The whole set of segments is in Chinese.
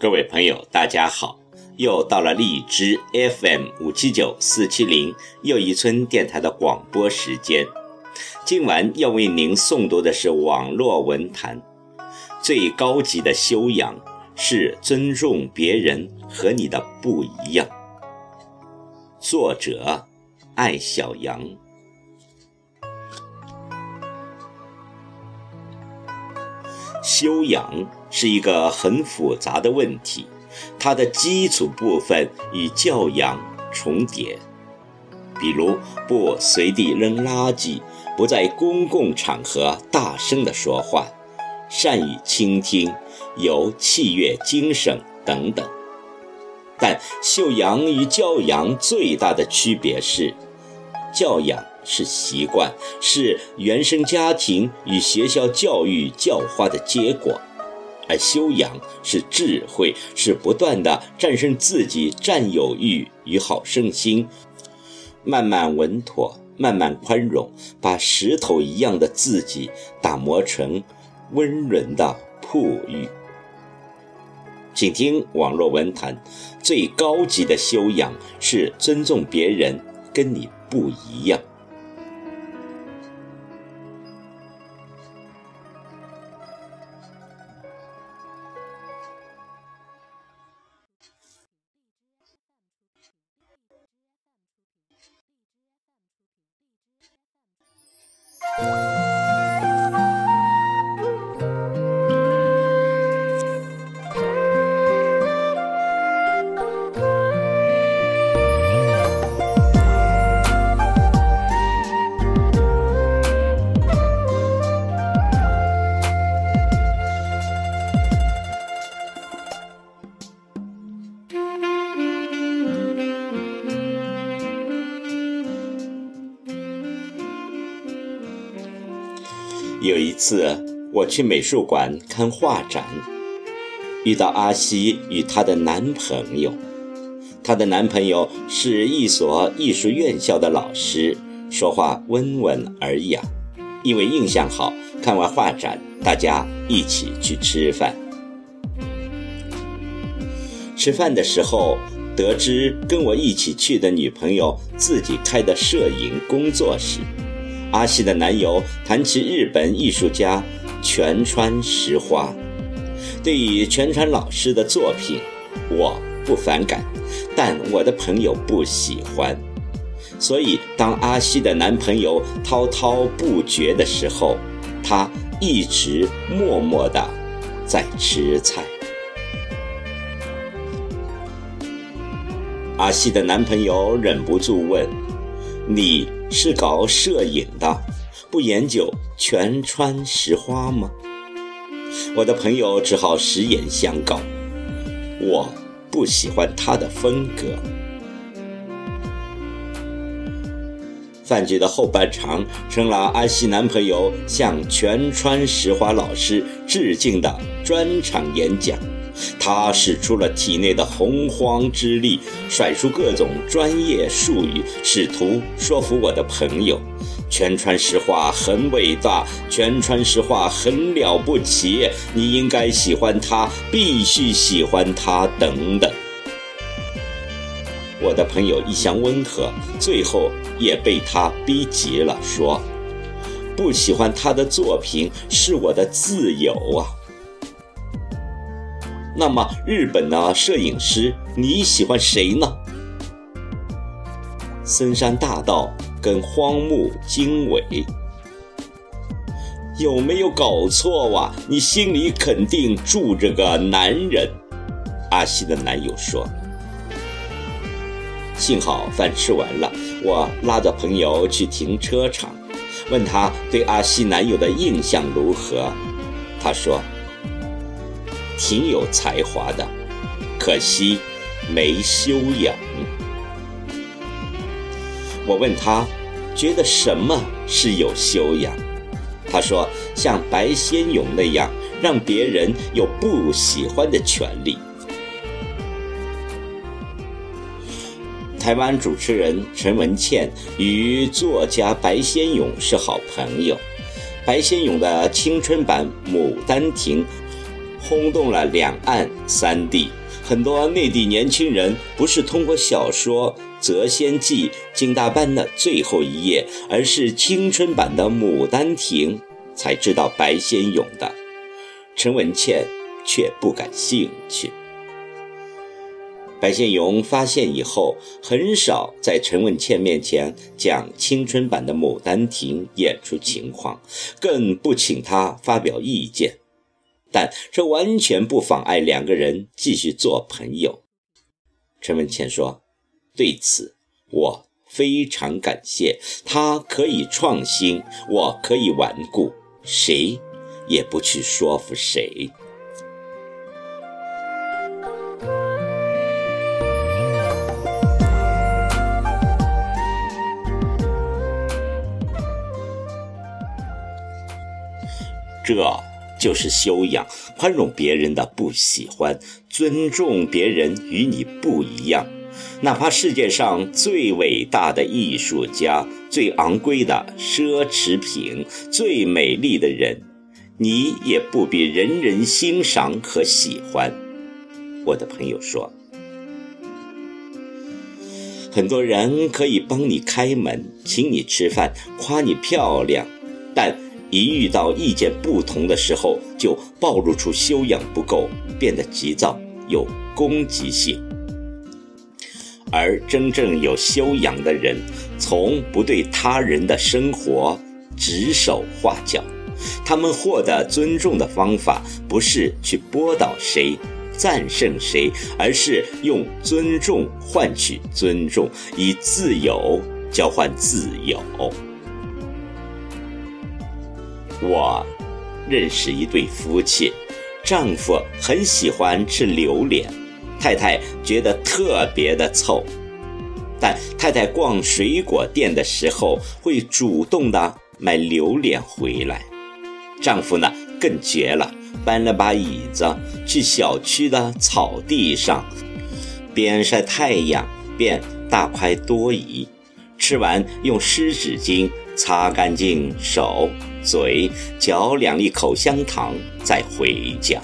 各位朋友大家好，又到了荔枝 FM579470 又一村电台的广播时间。今晚要为您诵读的是网络文坛。最高级的修养是尊重别人和你的不一样。作者艾小羊。修养是一个很复杂的问题，它的基础部分与教养重叠。比如不随地扔垃圾，不在公共场合大声地说话，善于倾听，有契约精神等等。但修养与教养最大的区别是，教养是习惯，是原生家庭与学校教育教化的结果，而修养是智慧，是不断地战胜自己占有欲与好胜心，慢慢稳妥，慢慢宽容，把石头一样的自己打磨成温润的璞玉。请听网络文坛，最高级的修养是尊重别人跟你不一样。有一次我去美术馆看画展，遇到阿西与她的男朋友。她的男朋友是一所艺术院校的老师，说话温文尔雅。因为印象好，看完画展大家一起去吃饭。吃饭的时候得知跟我一起去的女朋友自己开的摄影工作室。阿西的男友谈起日本艺术家全川石花。对于全川老师的作品，我不反感，但我的朋友不喜欢。所以当阿西的男朋友滔滔不绝的时候，他一直默默地在吃菜。阿西的男朋友忍不住问，你是搞摄影的，不研究全川石花吗？我的朋友只好实言相告，我不喜欢他的风格。饭局的后半场成了阿西男朋友向全川石花老师致敬的专场演讲。他使出了体内的洪荒之力，甩出各种专业术语，试图说服我的朋友，全川石花很伟大，全川石花很了不起，你应该喜欢他，必须喜欢他等等。我的朋友一向温和，最后也被他逼急了，说不喜欢他的作品是我的自由啊。那么日本的摄影师你喜欢谁呢？森山大道跟荒木经惟。有没有搞错啊？你心里肯定住着个男人。阿西的男友说。幸好饭吃完了，我拉着朋友去停车场，问他对阿西男友的印象如何。他说挺有才华的，可惜没修养。我问他觉得什么是有修养，他说像白先勇那样让别人有不喜欢的权利。台湾主持人陈文茜与作家白先勇是好朋友。白先勇的青春版《牡丹亭》 轰动了两岸三地。很多内地年轻人不是通过小说《谪仙记》金大班的最后一页，而是青春版的《牡丹亭》才知道白先勇的。陈文茜却不感兴趣。白先勇发现以后，很少在陈文茜面前讲青春版的《牡丹亭》演出情况，更不请他发表意见。但这完全不妨碍两个人继续做朋友。陈文茜说，对此我非常感谢，他可以创新，我可以顽固，谁也不去说服谁。这就是修养，宽容别人的不喜欢，尊重别人与你不一样。哪怕世界上最伟大的艺术家，最昂贵的奢侈品，最美丽的人，你也不必人人欣赏和喜欢。我的朋友说，很多人可以帮你开门，请你吃饭，夸你漂亮，但一遇到意见不同的时候，就暴露出修养不够，变得急躁，有攻击性。而真正有修养的人，从不对他人的生活指手画脚。他们获得尊重的方法，不是去驳倒谁，战胜谁，而是用尊重换取尊重，以自由交换自由。我认识一对夫妻，丈夫很喜欢吃榴莲，太太觉得特别的臭，但太太逛水果店的时候会主动的买榴莲回来。丈夫呢更绝了，搬了把椅子去小区的草地上，边晒太阳边大快朵颐，吃完用湿纸巾擦干净手嘴，嚼2粒口香糖再回家。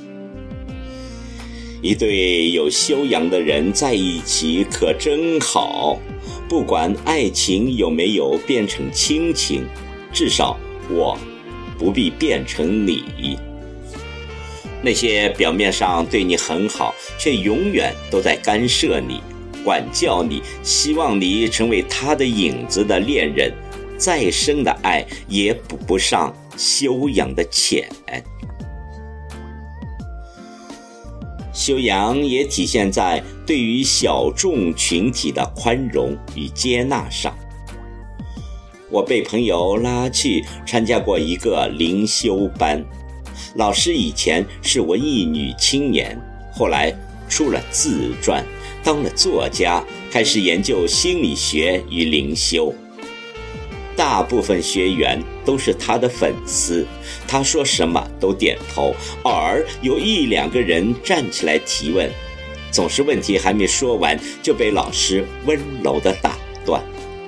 一对有修养的人在一起可真好，不管爱情有没有变成亲情，至少我不必变成你。那些表面上对你很好，却永远都在干涉你、管教你，希望你成为他的影子的恋人，再深的爱也补不上修养的浅。修养也体现在对于小众群体的宽容与接纳上。我被朋友拉去参加过一个灵修班，老师以前是文艺女青年，后来出了自传，当了作家，开始研究心理学与灵修。大部分学员都是他的粉丝，他说什么都点头，偶尔有1-2个人站起来提问，总是问题还没说完就被老师温柔地打断。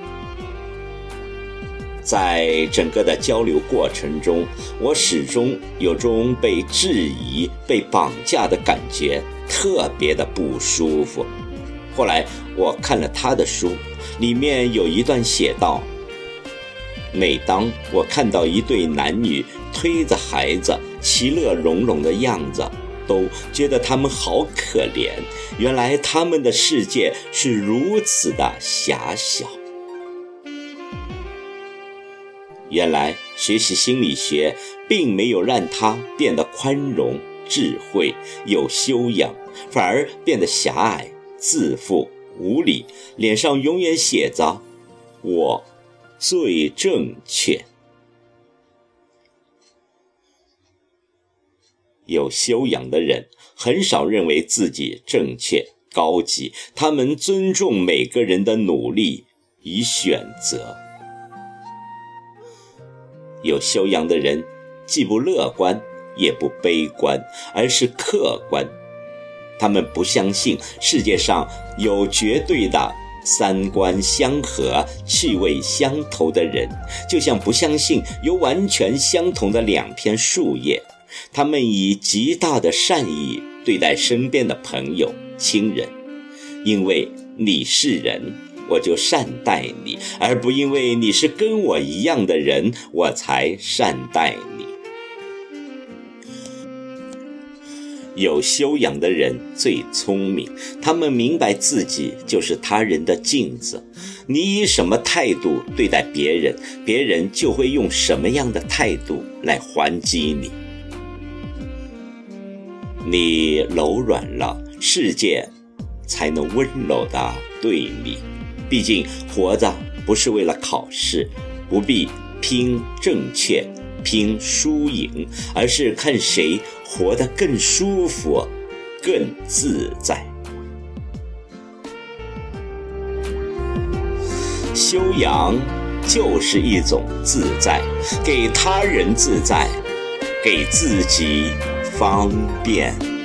在整个的交流过程中，我始终有种被质疑、被绑架的感觉，特别的不舒服。后来我看了他的书，里面有一段写道，每当我看到一对男女推着孩子其乐融融的样子，都觉得他们好可怜，原来他们的世界是如此的狭小。原来学习心理学并没有让他变得宽容、智慧、有修养，反而变得狭隘、自负、无理，脸上永远写着我最正确。有修养的人很少认为自己正确、高级，他们尊重每个人的努力与选择。有修养的人既不乐观也不悲观，而是客观。他们不相信世界上有绝对的三观相合、趣味相投的人，就像不相信有完全相同的2片树叶， 他们以极大的善意对待身边的朋友、亲人，因为你是人，我就善待你，而不因为你是跟我一样的人，我才善待你。有修养的人最聪明，他们明白自己就是他人的镜子，你以什么态度对待别人，别人就会用什么样的态度来还击你。你柔软了，世界才能温柔地对你。毕竟活着不是为了考试，不必拼正确，拼输赢，而是看谁活得更舒服，更自在。修养就是一种自在，给他人自在，给自己方便。